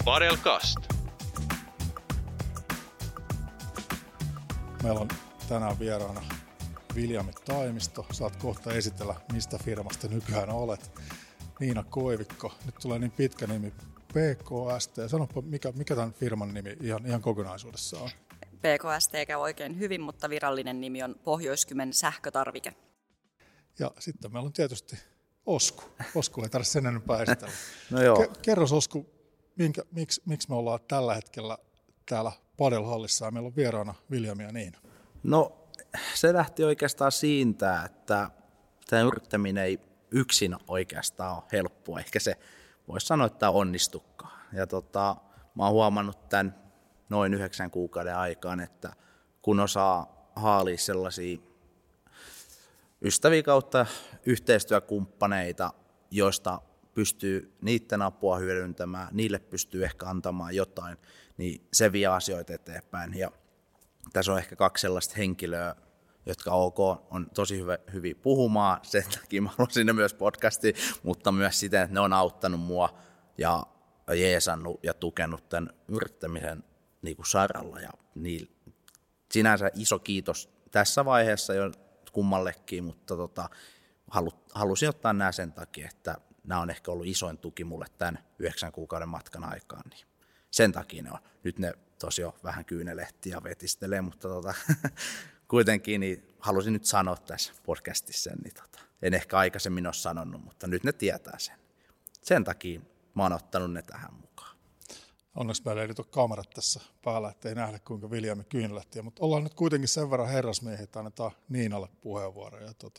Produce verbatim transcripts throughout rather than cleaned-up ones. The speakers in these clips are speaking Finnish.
Padelcast. Meillä on tänään vieraana Viljami Taimisto. Saat kohta esitellä, mistä firmasta nykyään olet. Niina Koivikko. Nyt tulee niin pitkä nimi. P K S T. Sanoppa, mikä, mikä tämän firman nimi ihan, ihan kokonaisuudessaan on? P K S T käy oikein hyvin, mutta virallinen nimi on Pohjois-Kymen sähkötarvike. Ja sitten meillä on tietysti Osku. Osku ei tarvitse sen enempää esitellä. No joo. Ke- kerros Osku, minkä, miksi, miksi me ollaan tällä hetkellä täällä Padel-hallissa ja meillä on vieraana Viljami ja Niina? No se lähti oikeastaan siitä, että tämä yrittäminen ei yksin oikeastaan ole helppoa. Ehkä se voisi sanoa, että onnistukaan. Ja tota, mä oon huomannut tämän noin yhdeksän kuukauden aikaan, että kun osaa haalia sellaisia ystäviä kautta yhteistyökumppaneita, joista pystyy niiden apua hyödyntämään, niille pystyy ehkä antamaan jotain, niin se vie asioita eteenpäin. Ja tässä on ehkä kaksi sellaista henkilöä, jotka OK on tosi hyvä, hyviä puhumaan, sen takia mä haluan sinne myös podcastiin, mutta myös siten, että ne on auttanut mua ja jeesannut ja tukenut tämän yrittämisen niin kuin saralla. Ja niin, sinänsä iso kiitos tässä vaiheessa jo kummallekin, mutta tota, halu, halusin ottaa nämä sen takia, että nämä on ehkä ollut isoin tuki mulle tämän yhdeksän kuukauden matkan aikaan. Niin sen takia ne on. Nyt ne tosiaan vähän kyynelehtii ja vetistelee, mutta tota, kuitenkin niin halusin nyt sanoa tässä podcastissa sen. Niin tota, en ehkä aikaisemmin ole sanonut, mutta nyt ne tietää sen. Sen takia mä oon ottanut ne tähän mukaan. Onneksi meillä ei nyt ole kamerat tässä päällä, ettei nähdä kuinka Viljami kyynelehtii, mutta ollaan nyt kuitenkin sen verran herrasmiehiä, että annetaan Niinalle puheenvuoro. Tuossa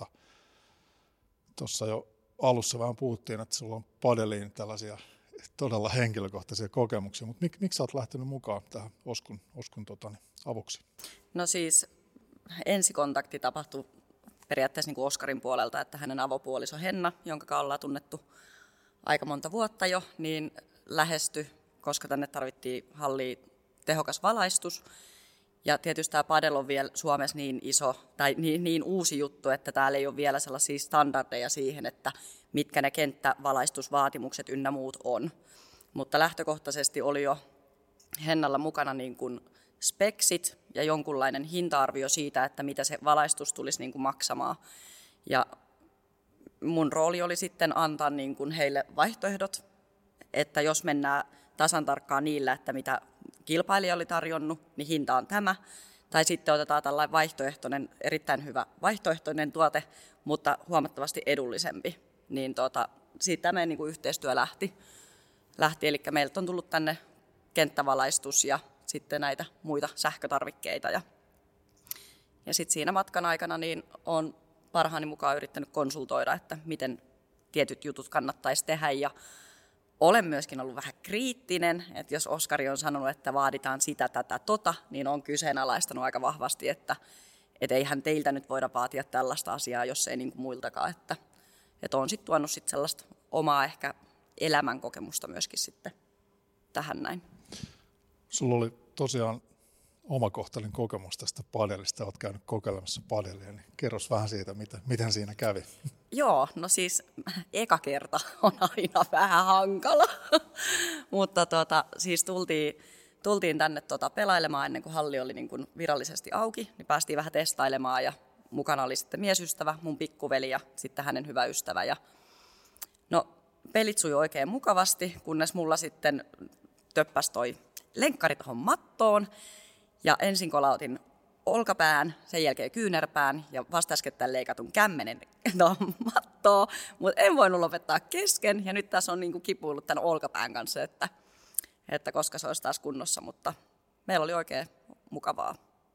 tota, jo alussa vähän puhuttiin, että sulla on padeliin tällaisia todella henkilökohtaisia kokemuksia, mutta mik, miksi sä oot lähtenyt mukaan tähän Oskun, Oskun tota, niin, avuksi? No siis ensikontakti tapahtui periaatteessa niin kuin Oskarin puolelta, että hänen avopuoliso Henna, jonka kanssa ollaan tunnettu aika monta vuotta jo, niin lähestyi, koska tänne tarvittiin halliin tehokas valaistus. Ja tietysti tämä padel on vielä Suomessa niin iso tai niin, niin uusi juttu, että täällä ei ole vielä sellaisia standardeja siihen, että mitkä ne kenttävalaistusvaatimukset ynnä muut on. Mutta lähtökohtaisesti oli jo Hennalla mukana niin kuin speksit ja jonkunlainen hinta-arvio siitä, että mitä se valaistus tulisi niin kuin maksamaan. Ja mun rooli oli sitten antaa niin kuin heille vaihtoehdot, että jos mennään tasan tarkkaan niillä, että mitä kilpailija oli tarjonnut, niin hinta on tämä. Tai sitten otetaan tällainen vaihtoehtoinen, erittäin hyvä vaihtoehtoinen tuote, mutta huomattavasti edullisempi. Niin tuota, siitä meidän niin kuin yhteistyö lähti. lähti. Eli meiltä on tullut tänne kenttävalaistus ja sitten näitä muita sähkötarvikkeita. Ja, ja sitten siinä matkan aikana niin olen parhaani mukaan yrittänyt konsultoida, että miten tietyt jutut kannattaisi tehdä. Ja olen myöskin ollut vähän kriittinen, että jos Oskari on sanonut, että vaaditaan sitä, tätä, tota, niin on kyseenalaistanut aika vahvasti, että et eihän teiltä nyt voida vaatia tällaista asiaa, jos ei niin kuin muiltakaan. Että, että olen sitten tuonut sit sellaista omaa ehkä elämänkokemusta myöskin sitten tähän näin. Sulla oli tosiaan omakohtainen kokemus tästä padelista, olet käynyt kokeilemassa padelia, niin kerros vähän siitä, miten, miten siinä kävi. Joo, no siis eka kerta on aina vähän hankala, mutta tota, siis tultiin, tultiin tänne tota pelailemaan ennen kuin halli oli niin kuin virallisesti auki, niin päästiin vähän testailemaan ja mukana oli sitten miesystävä, mun pikkuveli ja sitten hänen hyvä ystävä. Ja no pelit sujui oikein mukavasti, kunnes mulla sitten töppäsi toi lenkkari tuohon mattoon ja ensin kolautin olkapään, sen jälkeen kyynärpään ja vasta äskettäin leikatun kämmenen tuohon mattoon, mutta en voinut lopettaa kesken ja nyt tässä on niinku kipuillut tämän olkapään kanssa, että, että koska se olisi taas kunnossa, mutta meillä oli oikein mukavaa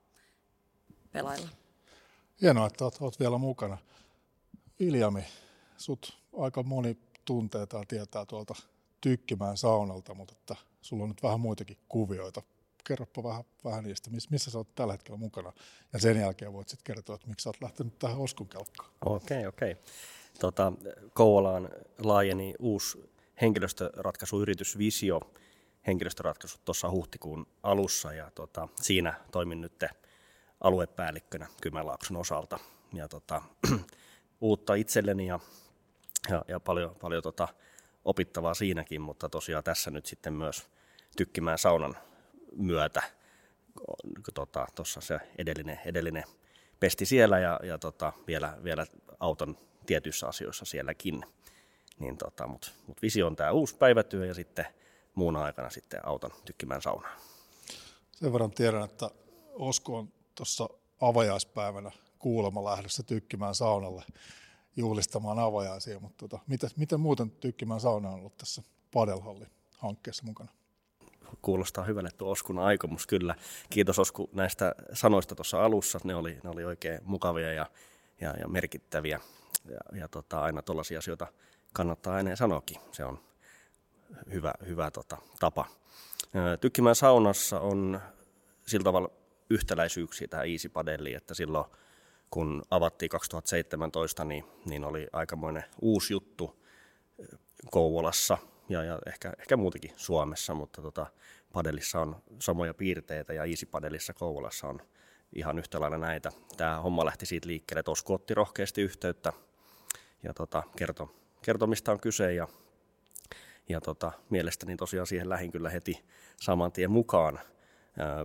pelailla. Hienoa, että olet, olet vielä mukana. Viljami, sut aika moni tuntee tai tietää tuolta Tykkimään saunalta, mutta että sulla on nyt vähän muitakin kuvioita. Kerropa vähän, vähän niistä, missä sä oot tällä hetkellä mukana. Ja sen jälkeen voit sitten kertoa, että miksi sä oot lähtenyt tähän Oskun kelkkaan. Okei, okei. Tota, Kouvolaan laajeni uusi henkilöstöratkaisuyritys Visio henkilöstöratkaisu tuossa huhtikuun alussa. Ja tota, siinä toimin nyt aluepäällikkönä Kymenlaakson osalta. Ja tota, uutta itselleni ja, ja, ja paljon, paljon tota, opittavaa siinäkin, mutta tosiaan tässä nyt sitten myös Tykkimään saunan myötä. Tuossa tota, se edellinen, edellinen pesti siellä ja, ja tota, vielä, vielä auton tietyissä asioissa sielläkin. Niin tota, Mutta mut visio on tämä uusi päivätyö ja sitten muuna aikana sitten auton Tykkimään saunaan. Sen verran tiedän, että Osku on tuossa avajaispäivänä kuulemma lähdössä Tykkimään saunalle juhlistamaan avajaisia, mutta tota, miten, miten muuten Tykkimään sauna on ollut tässä Padel-halli-hankkeessa mukana? Kuulostaa hyvälle tuo Oskun aikomus, kyllä. Kiitos Osku näistä sanoista tuossa alussa, ne oli, ne oli oikein mukavia ja, ja, ja merkittäviä ja, ja tota, aina tuollaisia asioita kannattaa ääneen sanoakin, se on hyvä, hyvä tota, tapa. Tykkimään saunassa on sillä tavalla yhtäläisyyksiä tähän Easy Padeliin, että silloin kun avattiin kaksituhattaseitsemäntoista, niin, niin oli aikamoinen uusi juttu Kouvolassa ja, ja ehkä, ehkä muutenkin Suomessa, mutta tota, padelissa on samoja piirteitä ja Easy Padelissa Kouvolassa on ihan yhtä lailla näitä. Tämä homma lähti siitä liikkeelle, että Osku otti rohkeasti yhteyttä ja tota, kertoi, kertoi, mistä on kyse ja, ja tota, mielestäni tosiaan siihen lähdin kyllä heti saman tien mukaan. Ää,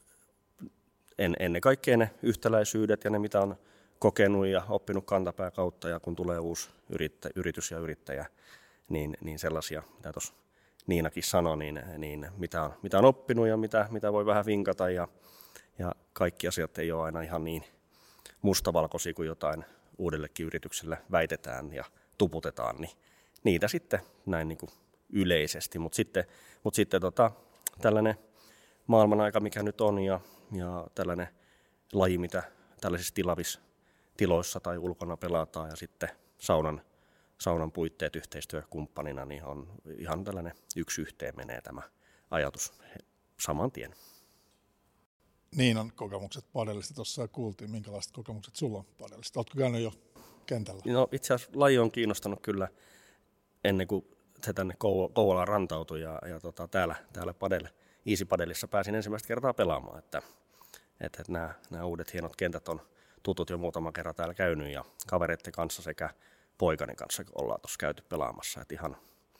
En, ennen kaikkea ne yhtäläisyydet ja ne, mitä on kokenut ja oppinut kantapää kautta, ja kun tulee uusi yrittä, yritys ja yrittäjä, niin, niin sellaisia, mitä tuossa Niinakin sanoi, niin, niin mitä, on, mitä on oppinut ja mitä, mitä voi vähän vinkata, ja, ja kaikki asiat ei ole aina ihan niin mustavalkoisia kuin jotain uudellekin yritykselle väitetään ja tuputetaan, niin niitä sitten näin niin kuin yleisesti, mutta sitten, mut sitten tota, tällainen maailman aika, mikä nyt on, ja Ja tällainen laji, mitä tällaisissa tilavistiloissa tai ulkona pelataan ja sitten saunan, saunan puitteet yhteistyökumppanina, niin on ihan tällainen yksi yhteen menee tämä ajatus saman tien. Niinan kokemukset padelista tuossa kuultiin. Minkälaiset kokemukset sulla on padelista? Oletko käynyt jo kentällä? No, itse asiassa laji on kiinnostanut kyllä ennen kuin se tänne Kouvolaan rantautui ja, ja tota, täällä, täällä padel, Easy Padelissa pääsin ensimmäistä kertaa pelaamaan. Että, että nämä, nämä uudet hienot kentät on tutut jo muutama kerran täällä käynyt ja kavereiden kanssa sekä poikani kanssa ollaan tuossa käyty pelaamassa. Että ihan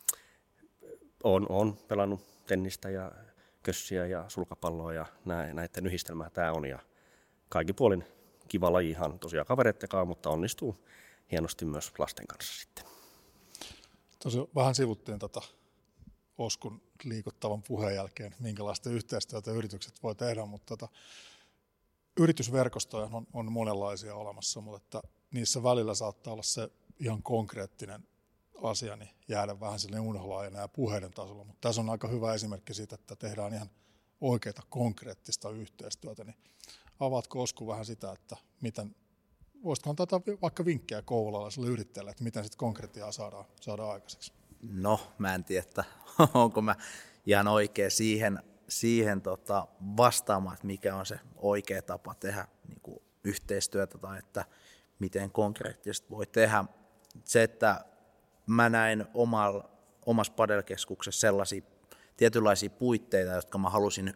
olen, olen pelannut tennistä ja kössiä ja sulkapalloa ja näiden yhdistelmää tämä on. Ja kaikki puolin kiva laji ihan tosiaan kavereiden kanssa, mutta onnistuu hienosti myös lasten kanssa sitten. Tosiaan vähän sivuttiin tätä Oskun liikuttavan puheen jälkeen, minkälaista yhteistyötä yritykset voi tehdä, mutta tota, yritysverkostoja on, on monenlaisia olemassa, mutta että niissä välillä saattaa olla se ihan konkreettinen asia, niin jäädä vähän sille unholaajana ja puheiden tasolla, mutta tässä on aika hyvä esimerkki siitä, että tehdään ihan oikeaa konkreettista yhteistyötä, niin avaatko Osku vähän sitä, että miten, voisitko antaa vaikka vinkkejä kouvolalaisille yrittäjille, että miten sitten konkretiaa saadaan, saadaan aikaiseksi? No, mä en tiedä, että onko mä ihan oikea siihen, siihen tota vastaamaan, että mikä on se oikea tapa tehdä niin kuin yhteistyötä tai että miten konkreettisesti voi tehdä. Se, että mä näin omalla, omassa padelkeskuksessa sellaisia tietynlaisia puitteita, jotka mä halusin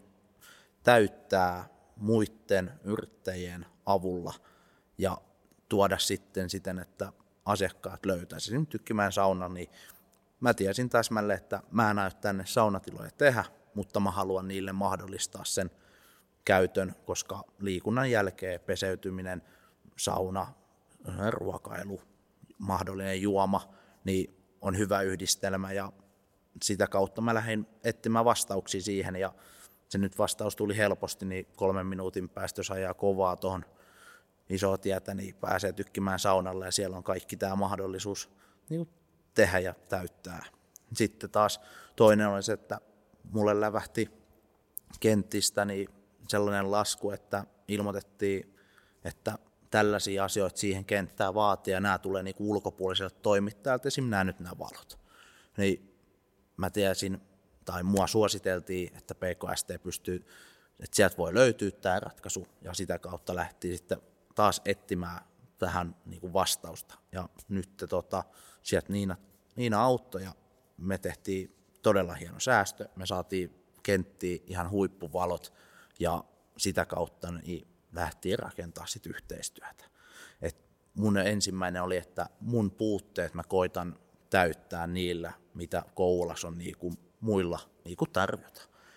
täyttää muiden yrittäjien avulla ja tuoda sitten siten, että asiakkaat löytäisivät. Tykkimään saunan, niin mä tiesin täsmälleen, että mä en aio tänne saunatiloja tehdä, mutta mä haluan niille mahdollistaa sen käytön, koska liikunnan jälkeen peseytyminen, sauna, ruokailu, mahdollinen juoma, niin on hyvä yhdistelmä ja sitä kautta mä lähdin etsimään vastauksia siihen ja se nyt vastaus tuli helposti, niin kolmen minuutin päästä, jos ajaa kovaa tuohon isoa tietä, niin pääsee tykkimään saunalle ja siellä on kaikki tämä mahdollisuus niin tehdä ja täyttää. Sitten taas toinen oli se, että mulle lävähti kentistä niin sellainen lasku, että ilmoitettiin, että tällaisia asioita siihen kenttään vaatii ja nämä tulee niin ulkopuoliselta toimittajalta, esimerkiksi nämä nyt nämä valot. Niin mä tiesin, tai mua suositeltiin, että P K S T pystyy, että sieltä voi löytyä tämä ratkaisu ja sitä kautta lähti sitten taas etsimään tähän niin kuin vastausta. Ja nyt tota, sieltä Niina, Niina auttoi ja me tehtiin todella hieno säästö. Me saatiin kenttiin ihan huippuvalot ja sitä kautta niin lähtiin rakentamaan sit yhteistyötä. Et mun ensimmäinen oli, että mun puutteet mä koitan täyttää niillä, mitä Kouvolassa on niin kuin muilla niin kuin tarjota.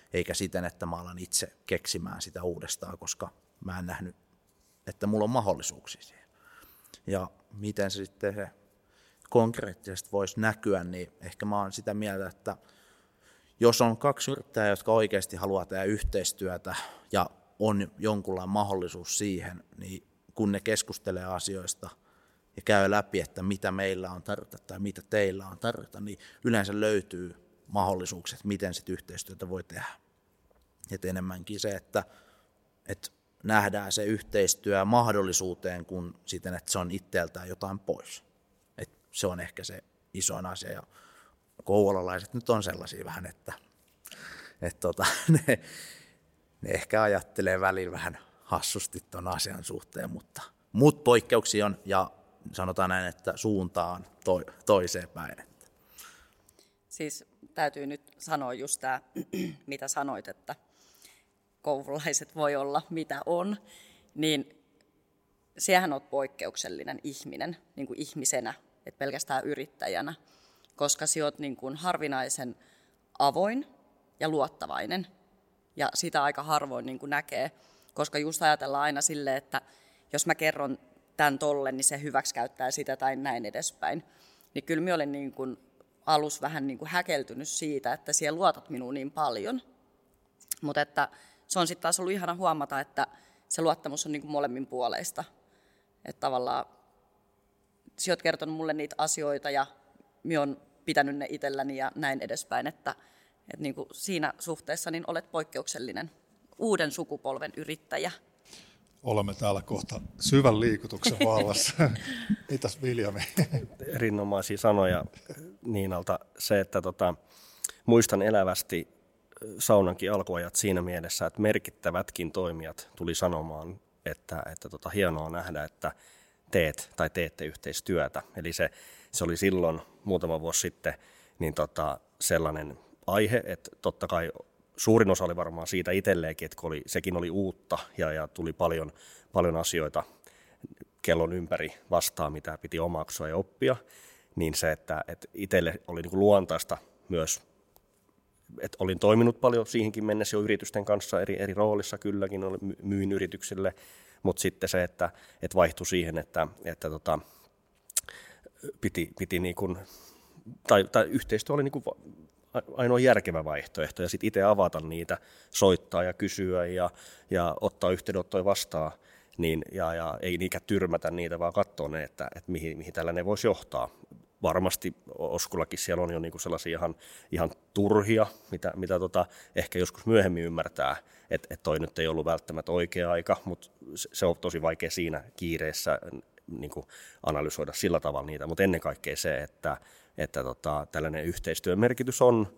eikä siten, että mä alan itse keksimään sitä uudestaan, koska mä en nähnyt, että mulla on mahdollisuuksia siihen. Ja miten se sitten se konkreettisesti voisi näkyä, niin ehkä mä oon sitä mieltä, että jos on kaksi yrittäjää, jotka oikeasti haluaa tehdä yhteistyötä ja on jonkunlainen mahdollisuus siihen, niin kun ne keskustelee asioista ja käy läpi, että mitä meillä on tarjota tai mitä teillä on tarjota, niin yleensä löytyy mahdollisuukset, miten sit yhteistyötä voi tehdä. Et enemmänkin se, että, että nähdään se yhteistyö mahdollisuuteen kuin siten, että se on itseltään jotain pois. Et se on ehkä se isoin asia. Ja kouvolalaiset nyt on sellaisia vähän, että, että tota, ne, ne ehkä ajattelee välillä vähän hassusti tuon asian suhteen, mutta muut poikkeuksia on, ja sanotaan näin, että suuntaan to, toiseen päin. Siis täytyy nyt sanoa just tämä, mitä sanoit, että kouvolaiset voi olla mitä on, niin siehän olet poikkeuksellinen ihminen, niin kuin ihmisenä, et pelkästään yrittäjänä, koska sinä olet niin kuin harvinaisen avoin ja luottavainen, ja sitä aika harvoin niin kuin näkee, koska just ajatellaan aina silleen, että jos mä kerron tämän tolle, niin se hyväksikäyttää sitä tai näin edespäin. Niin kyllä minä olen niin kuin alus vähän niin kuin häkeltynyt siitä, että siellä luotat minuun niin paljon. Mutta että se on sitten taas ollut ihana huomata, että se luottamus on niin kuin molemmin puoleista. Että tavallaan sinä olet kertonut mulle niitä asioita ja minä olen pitänyt ne itselläni ja näin edespäin. Että, että niin kuin siinä suhteessa niin olet poikkeuksellinen uuden sukupolven yrittäjä. Olemme täällä kohta syvän liikutuksen vallassa. Mitäs Viljami? Erinomaisia sanoja Niinalta. Se, että tota, muistan elävästi saunankin alkuajat siinä mielessä, että merkittävätkin toimijat tuli sanomaan, että, että tota, hienoa nähdä, että teet tai teette yhteistyötä. Eli se, se oli silloin muutama vuosi sitten niin tota, sellainen aihe, että totta kai suurin osa oli varmaan siitä itselleenkin, että oli, sekin oli uutta ja, ja tuli paljon, paljon asioita kellon ympäri vastaan, mitä piti omaksua ja oppia, niin se, että, että itselle oli niin kuin luontaista myös, että olin toiminut paljon siihenkin mennessä jo yritysten kanssa eri, eri roolissa kylläkin, myin yrityksille, mutta sitten se, että, että vaihtui siihen, että, että tota, piti, piti niin kuin, tai, tai yhteistyö oli niin kuin ainoa järkevä vaihtoehto, ja sitten itse avata niitä, soittaa ja kysyä ja, ja ottaa yhteydenottoja vastaan, niin, ja, ja ei niinkään tyrmätä niitä, vaan katsoa ne, että, että mihin, mihin tällainen voisi johtaa. Varmasti Oskullakin siellä on jo niinku sellaisia ihan, ihan turhia, mitä, mitä tota ehkä joskus myöhemmin ymmärtää, että et toi nyt ei ollut välttämättä oikea aika, mutta se on tosi vaikea siinä kiireessä niinku analysoida sillä tavalla niitä, mutta ennen kaikkea se, että että tota, tällainen yhteistyön merkitys on,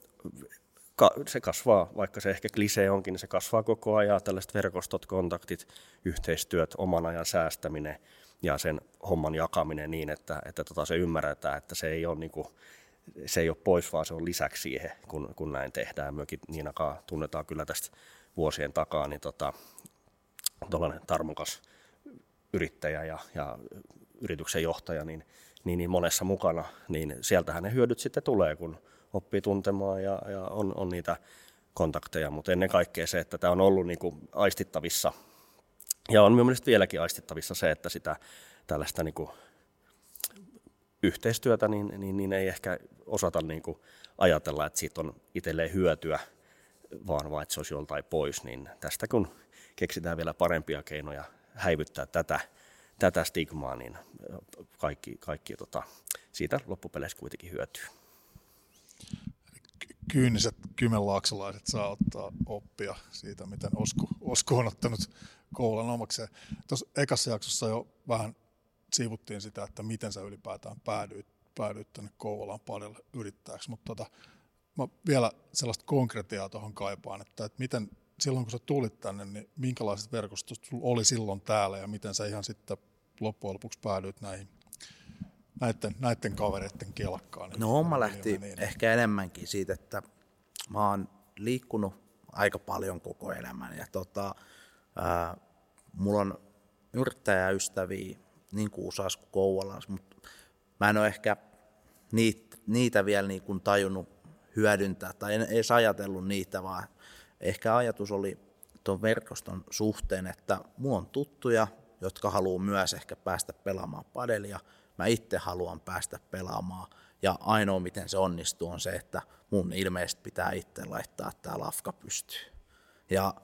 se kasvaa, vaikka se ehkä klisee onkin, niin se kasvaa koko ajan, tällaiset verkostot, kontaktit, yhteistyöt, oman ajan säästäminen ja sen homman jakaminen niin, että, että tota se ymmärretään, että se ei ole, niin kuin, se ei ole pois, vaan se on lisäksi siihen, kun, kun näin tehdään. Myöskin Niinakaan tunnetaan kyllä tästä vuosien takaa, niin tota, tuollainen tarmokas yrittäjä ja, ja yrityksen johtaja, niin Niin, niin monessa mukana, niin sieltähän ne hyödyt sitten tulee, kun oppii tuntemaan ja, ja on, on niitä kontakteja, mutta ennen kaikkea se, että tämä on ollut niin kuin aistittavissa, ja on mielestäni vieläkin aistittavissa se, että sitä tällaista niin kuin yhteistyötä, niin, niin, niin ei ehkä osata niin kuin ajatella, että siitä on itselleen hyötyä, vaan, vaan että se olisi joltain pois, niin tästä kun keksitään vielä parempia keinoja häivyttää tätä, tätä stigmaa, niin kaikki, kaikki tota, siitä loppupeleissä kuitenkin hyötyy. Kyyniset kymenlaaksolaiset saa ottaa oppia siitä, miten Osku, Osku on ottanut Kouvolan omakseen. Tuossa ekassa jaksossa jo vähän siivuttiin sitä, että miten sä ylipäätään päädyit, päädyit tänne Kouvolaan padelle yrittäjäksi, mutta tota, mä vielä sellaista konkretiaa tuohon kaipaan, että, että miten silloin kun sä tulit tänne, niin minkälaiset verkostot sulla oli silloin täällä ja miten sä ihan sitten loppujen lopuksi päädyit näihin näiden, näiden kavereiden kelkkaan? No homma lähti niin. ehkä enemmänkin siitä, että mä oon liikkunut aika paljon koko elämän ja tota, ää, mulla on yrittäjäystäviä niin Kuusaassa kuin Kouvolassa, mutta mä en ole ehkä niitä, niitä vielä niin kuin tajunnut hyödyntää, tai en edes ajatellut niitä, vaan ehkä ajatus oli tuon verkoston suhteen, että mulla on tuttuja, jotka haluaa myös ehkä päästä pelaamaan padelia, mä itse haluan päästä pelaamaan, ja ainoa miten se onnistuu on se, että mun ilmeisesti pitää itse laittaa tää lafka pystyyn. Ja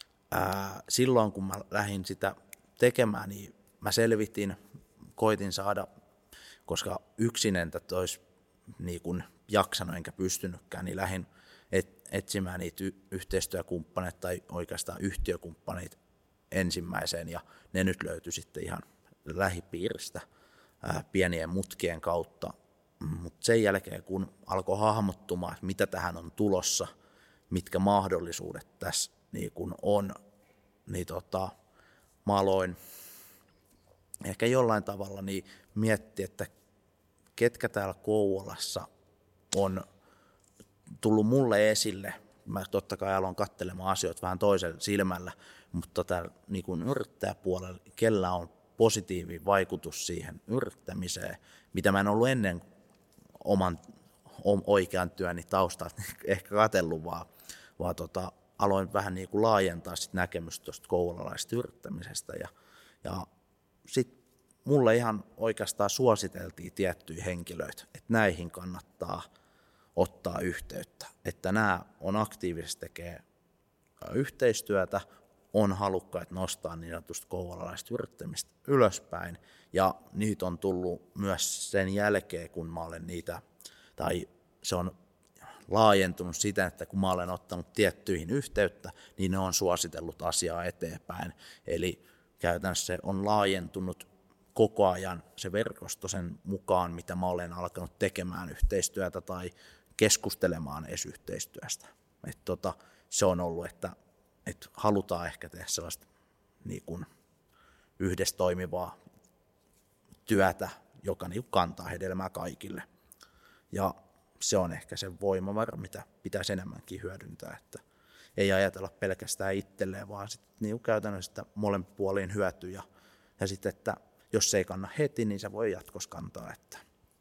ää, silloin kun mä lähdin sitä tekemään, niin mä selvitin, koitin saada, koska yksinään tätä olisi niin kun jaksanut enkä pystynytkään, niin lähdin et, etsimään niitä y- yhteistyökumppaneita tai oikeastaan yhtiökumppaneita ensimmäiseen, ja ne nyt löytyi sitten ihan lähipiiristä ää, pienien mutkien kautta. Mutta sen jälkeen, kun alkoi hahmottumaan, että mitä tähän on tulossa, mitkä mahdollisuudet tässä niin kun on, niin tota, mä aloin ehkä jollain tavalla niin miettiä, että ketkä täällä Kouvolassa on tullut mulle esille. Mä totta kai aloin katselemaan asioita vähän toisella silmällä, mutta täällä niin kun yrittäjäpuolella, kellä on positiivinen vaikutus siihen yrittämiseen, mitä mä en ollut ennen oman oikean työni taustalta ehkä katsellut, vaan, vaan tota, aloin vähän niin kuin laajentaa sit näkemystä tuosta kouvolalaisesta yrittämisestä. Ja, ja sitten mulle ihan oikeastaan suositeltiin tiettyjä henkilöitä, että näihin kannattaa ottaa yhteyttä. Että nämä on aktiivisesti tekee yhteistyötä, on halukkaita nostaa niin sanotusti kouvolalaista yrittämistä ylöspäin. Ja niitä on tullut myös sen jälkeen, kun mä olen niitä, tai se on laajentunut siten, että kun mä olen ottanut tiettyihin yhteyttä, niin ne on suositellut asiaa eteenpäin. Eli käytännössä se on laajentunut koko ajan se verkosto sen mukaan, mitä mä olen alkanut tekemään yhteistyötä tai keskustelemaan edes yhteistyöstä. Et tota, se on ollut, että et halutaan ehkä tehdä sellaista niin kuin yhdessä toimivaa työtä, joka niin kantaa hedelmää kaikille. Ja se on ehkä se voimavara, mitä pitäisi enemmänkin hyödyntää, että ei ajatella pelkästään itselleen, vaan sitten niin käytännössä että molemmin puoliin hyötyy. Ja, ja sitten, että jos se ei kanna heti, niin se voi jatkossa kantaa. Että,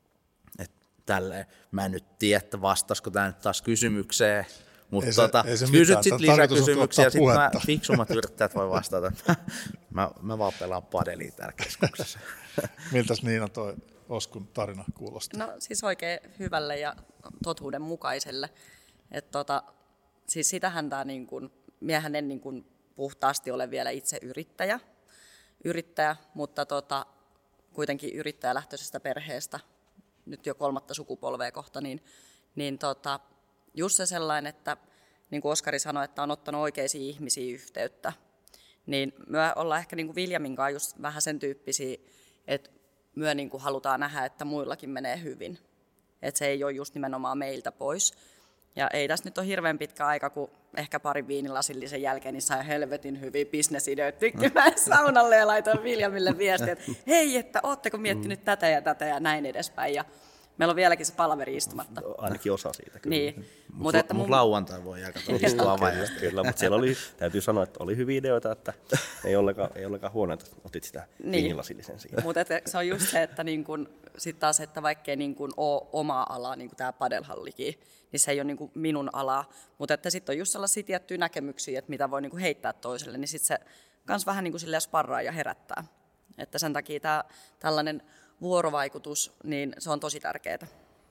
että tälleen. Mä en nyt tiedä, että vastaisiko tämä nyt taas kysymykseen, mutta tota, kysyt sitten lisäkysymyksiä, ja sitten mä fiksummat yrittäjät voi vastata. mä, mä vaan pelaan padelia täällä keskuksessa. Miltäs Niina toi Oskun tarina kuulostaa? No siis oikein hyvälle ja totuudenmukaiselle. Että tota, siis sitähän tämä niin kuin, miehän en niin kuin puhtaasti ole vielä itse yrittäjä, yrittäjä mutta tota, kuitenkin yrittäjälähtöisestä perheestä, nyt jo kolmatta sukupolvea kohta, niin, niin tota, just se sellainen, että niin kuin Oskari sanoi, että on ottanut oikeisiin ihmisiin yhteyttä, niin me ollaan ehkä niin kuin Viljamin kanssa just vähän sen tyyppisiä, että myö niin kuin halutaan nähdä, että muillakin menee hyvin. Että se ei ole just nimenomaan meiltä pois. Ja ei tässä nyt ole hirveän pitkä aika, kun ehkä pari viinilasillisen jälkeen niin sai helvetin hyviä bisnesideoita tykkimään saunalle ja laitoin Viljamille viestiä, että hei, että ootteko miettinyt tätä ja tätä ja näin edespäin. Ja meillä on vieläkin se palaveri istumatta. Ainakin osa siitä kyllä. Niin. Mutta mut, mut mun... lauantai voi jälkeen istua vajasta. Kyllä, mutta siellä oli, täytyy sanoa, että oli hyviä ideoita, että ei ollenkaan, ei ollenkaan huono, että otit sitä niin. viinilasillisen siihen. Mutta se on just se, että niin kun, sit taas, että vaikkei niin kun ole omaa alaa, niin kuin tämä padelhallikin, niin se ei ole niin kuin minun alaa. Mutta että sitten on just sellaisia tiettyjä näkemyksiä, että mitä voi niin kuin heittää toiselle, niin sitten se kans vähän niin kuin silleen sparraa ja herättää. Että sen takia tämä tällainen vuorovaikutus, niin se on tosi tärkeää.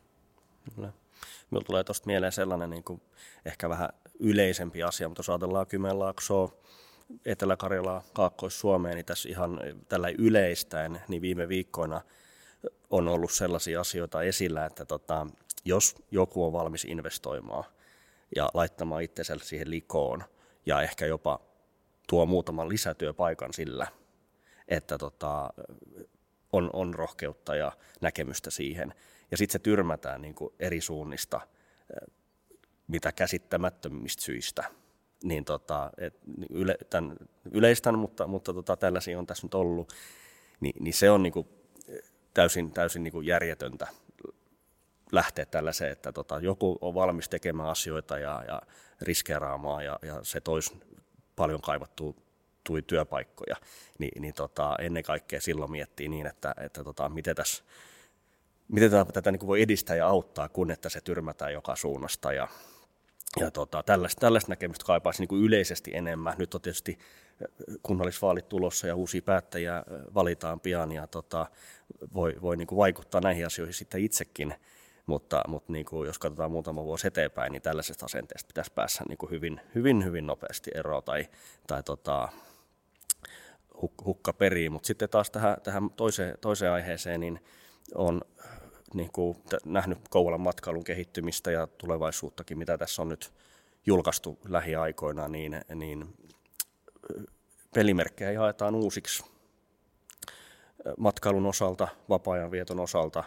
Kyllä. Minulla tulee tuosta mieleen sellainen niin kuin ehkä vähän yleisempi asia, mutta jos ajatellaan Kymenlaaksoa, Etelä-Karjalaa, Kaakkois-Suomea, niin tässä ihan tällä yleistäen, niin viime viikkoina on ollut sellaisia asioita esillä, että tota, jos joku on valmis investoimaan ja laittamaan itsensä siihen likoon ja ehkä jopa tuo muutaman lisätyöpaikan sillä, että tota, on, on rohkeutta ja näkemystä siihen. Ja sitten se tyrmätään niin kuin eri suunnista, mitä käsittämättömistä syistä. Niin tota, et, yle, tämän, yleistän, mutta, mutta tota, tällaisia on tässä nyt ollut. Ni, niin se on niin kuin täysin, täysin niin kuin järjetöntä lähteä tällaiseen, että tota, joku on valmis tekemään asioita ja, ja riskeeraamaan ja, ja se toisi paljon kaivattua tui työpaikkoja, Ni, niin tota, ennen kaikkea silloin miettii niin, että, että tota, miten tässä miten tätä, tätä niin kuin voi edistää ja auttaa, kun että se tyrmätään joka suunnasta. Ja, ja tota, tällaista, tällaista näkemystä kaipaisi niin kuin yleisesti enemmän. Nyt on tietysti kunnallisvaalit tulossa ja uusia päättäjiä valitaan pian ja tota, voi, voi niin kuin vaikuttaa näihin asioihin sitten itsekin. Mutta, mutta niin kuin jos katsotaan muutama vuosi eteenpäin, niin tällaisesta asenteesta pitäisi päästä niin kuin hyvin, hyvin, hyvin nopeasti eroon tai, tai tota, hukka periin. Mutta sitten taas tähän, tähän toiseen, toiseen aiheeseen, niin on niin kuin nähnyt Kouvolan matkailun kehittymistä ja tulevaisuuttakin, mitä tässä on nyt julkaistu lähiaikoina, niin, niin pelimerkkejä jaetaan uusiksi matkailun osalta, vapaa-ajan vieton osalta.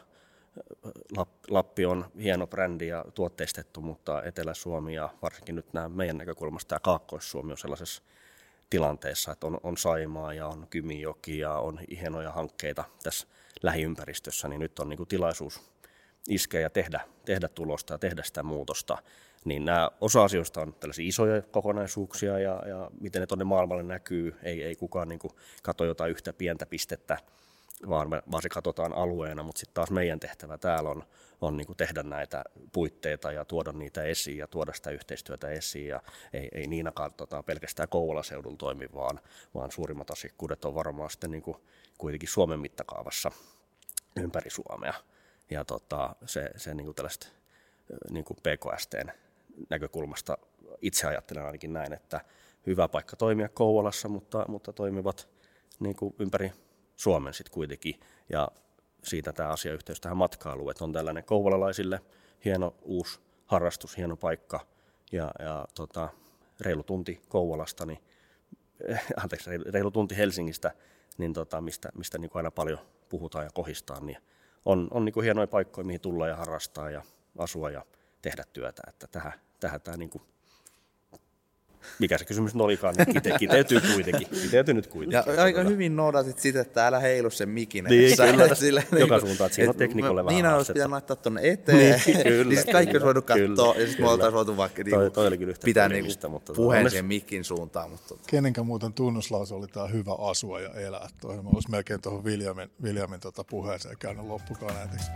Lappi on hieno brändi ja tuotteistettu, mutta Etelä-Suomi ja varsinkin nyt nämä meidän näkökulmasta tämä Kaakkois-Suomi on sellaisessa tilanteessa, että on, on Saimaa ja on Kymijoki ja on hienoja hankkeita tässä lähiympäristössä, niin nyt on niin kuin tilaisuus iskeä ja tehdä, tehdä tulosta ja tehdä sitä muutosta. Niin nämä osa asioista on tällaisia isoja kokonaisuuksia ja, ja miten ne tuonne maailmalle näkyy, ei, ei kukaan niin kuin katso jotain yhtä pientä pistettä, vaan, me, vaan se katsotaan alueena, mutta sitten taas meidän tehtävä täällä on, on niin kuin tehdä näitä puitteita ja tuoda niitä esiin ja tuoda sitä yhteistyötä esiin. Ja ei, ei niinakaan tota, pelkästään Kouvola-seudulla toimi, vaan, vaan suurimmat asiakkuudet on varmaan sitten niin kuin kuitenkin Suomen mittakaavassa ympäri Suomea. Ja tota, se, se niin kuin tällaista niin kuin P K S T:n näkökulmasta itse ajattelen ainakin näin, että hyvä paikka toimia Kouvolassa, mutta, mutta toimivat niin kuin ympäri Suomen sitten kuitenkin, ja siitä tämä asiayhteys tähän matkailuun, että on tällainen kouvolalaisille hieno uusi harrastus, hieno paikka, ja, ja tota, reilu tunti Kouvolasta, niin, anteeksi, reilu tunti Helsingistä, niin tota, mistä, mistä niin kuin aina paljon puhutaan ja kohistaan, niin on, on niin kuin hienoja paikkoja, mihin tulla ja harrastaa ja asua ja tehdä työtä, että tähän, tähän tämä niin kuin mikä se kysymys nyt olikaan, niin kite, kiteytyy kuitenkin. Kiteytyy nyt kuitenkin. Ja aika hyvin noudatit sitä, että älä heilu sen mikin. Niin, kyllä. Sillä, joka niin, suuntaan, että siinä on teknikolle vähän Niin olisi pitänyt laittaa tuonne eteen. Niin, kyllä, niin sitten kaikki olisi voinut katsoa, ja sitten me oltaisiin voitu vaikka toi, niinku, toi kyllä pitää niinku mutta puheen onnes... siihen mikin suuntaan. Mutta... Kenenkä muuten tunnuslause oli tämä hyvä asua ja elää? Toi mä olisin melkein tuohon Viljamin, Viljamin tota puheeseen käynyt loppukaneetiksi.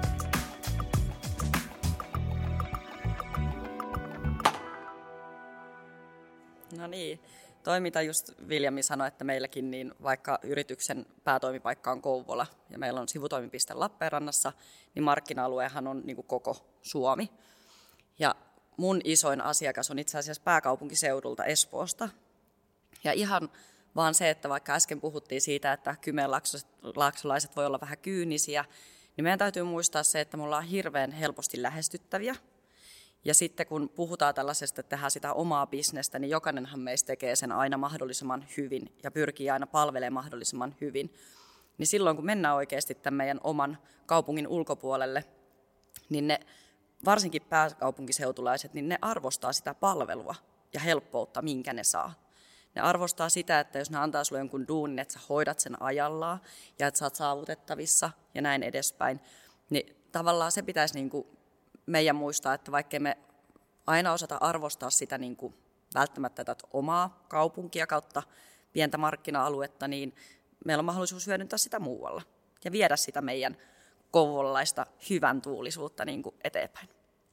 No niin, toi mitä just Viljami sanoi, että meilläkin niin vaikka yrityksen päätoimipaikka on Kouvola ja meillä on sivutoimipiste Lappeenrannassa, niin markkina-aluehan on niin kuin koko Suomi. Ja mun isoin asiakas on itse asiassa pääkaupunkiseudulta Espoosta. Ja ihan vaan se, että vaikka äsken puhuttiin siitä, että kymenlaaksolaiset voi olla vähän kyynisiä, niin meidän täytyy muistaa se, että me ollaan hirveän helposti lähestyttäviä. Ja sitten kun puhutaan tällaisesta, että tehdään sitä omaa bisnestä, niin jokainenhan meistä tekee sen aina mahdollisimman hyvin ja pyrkii aina palvelemaan mahdollisimman hyvin. Niin silloin kun mennään oikeasti tämän meidän oman kaupungin ulkopuolelle, niin ne varsinkin pääkaupunkiseutulaiset, niin ne arvostaa sitä palvelua ja helppoutta, minkä ne saa. Ne arvostaa sitä, että jos ne antaa sulle jonkun duunin, että sä hoidat sen ajallaan ja että sä oot saavutettavissa ja näin edespäin, niin tavallaan se pitäisi niin kuin meidän muistaa, että vaikkei me aina osata arvostaa sitä niin kuin välttämättä tätä omaa kaupunkia kautta pientä markkina-aluetta, niin meillä on mahdollisuus hyödyntää sitä muualla ja viedä sitä meidän kouvolalaista hyvän tuulisuutta niin kuin eteenpäin.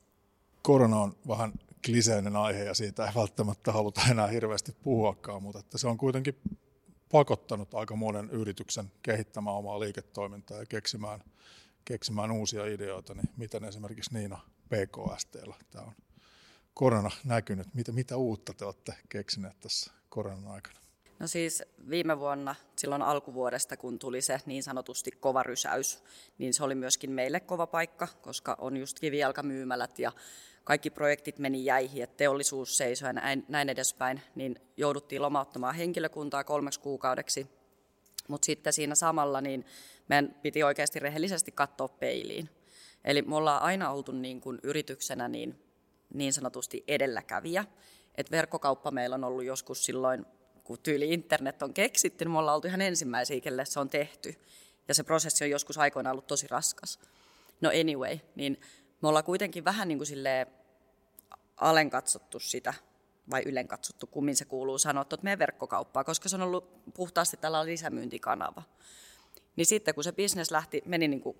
Korona on vähän kliseinen aihe ja siitä ei välttämättä haluta enää hirveästi puhuakaan, mutta että se on kuitenkin pakottanut aika monen yrityksen kehittämään omaa liiketoimintaa ja keksimään keksimään uusia ideoita, niin miten esimerkiksi Niina P K S T:llä tämä on korona näkynyt? Mitä, mitä uutta te olette keksineet tässä koronan aikana? No siis viime vuonna, silloin alkuvuodesta, kun tuli se niin sanotusti kova rysäys, niin se oli myöskin meille kova paikka, koska on just kivijalkamyymälät ja kaikki projektit meni jäihin, että teollisuus seisoi ja näin, näin edespäin, niin jouduttiin lomauttamaan henkilökuntaa kolmeksi kuukaudeksi. Mutta sitten siinä samalla niin meidän piti oikeasti rehellisesti katsoa peiliin. Eli me ollaan aina oltu niin kuin yrityksenä niin, niin sanotusti edelläkävijä. Et verkkokauppa meillä on ollut joskus silloin, kun tyyli internet on keksitty, niin me ollaan oltu ihan ensimmäisiä, kelle se on tehty. Ja se prosessi on joskus aikoinaan ollut tosi raskas. No anyway, niin me ollaan kuitenkin vähän niin kuin silleen alenkatsottu sitä, vai ylenkatsottu, kummin se kuuluu sanoa, että meidän verkkokauppaa, koska se on ollut puhtaasti tällainen lisämyyntikanava. Niin sitten kun se business lähti, meni niin kuin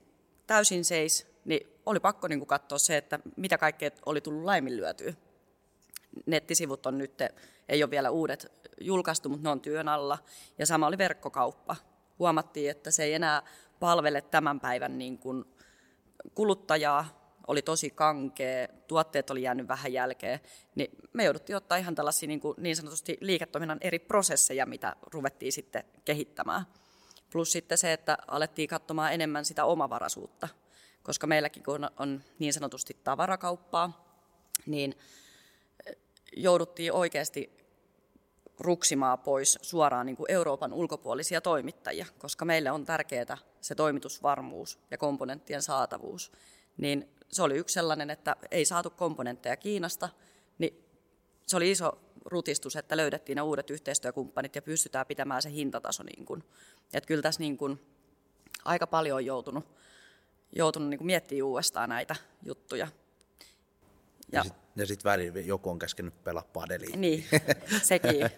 täysin seis, niin oli pakko niin kuin katsoa se, että mitä kaikkea oli tullut laiminlyötyä. Nettisivut on nyt, ei ole vielä uudet julkaistu, mutta ne on työn alla. Ja sama oli verkkokauppa. Huomattiin, että se ei enää palvele tämän päivän niin kuin kuluttajaa, oli tosi kankea, tuotteet oli jäänyt vähän jälkeen, niin me jouduttiin ottaa ihan tällaisia niin, kuin niin sanotusti liiketoiminnan eri prosesseja, mitä ruvettiin sitten kehittämään. Plus sitten se, että alettiin katsomaan enemmän sitä omavaraisuutta, koska meilläkin kun on niin sanotusti tavarakauppaa, niin jouduttiin oikeasti ruksimaan pois suoraan niin kuin Euroopan ulkopuolisia toimittajia, koska meille on tärkeää se toimitusvarmuus ja komponenttien saatavuus. Niin se oli yksi sellainen, että ei saatu komponentteja Kiinasta, niin se oli iso rutistus, että löydettiin ne uudet yhteistyökumppanit ja pystytään pitämään se hintataso. Niin kuin. Että kyllä tässä niin kuin aika paljon on joutunut, joutunut niin kuin miettimään uudestaan näitä juttuja. Ja, ja sitten sit välillä joku on käskenyt pelaa padelia. Niin, sekin.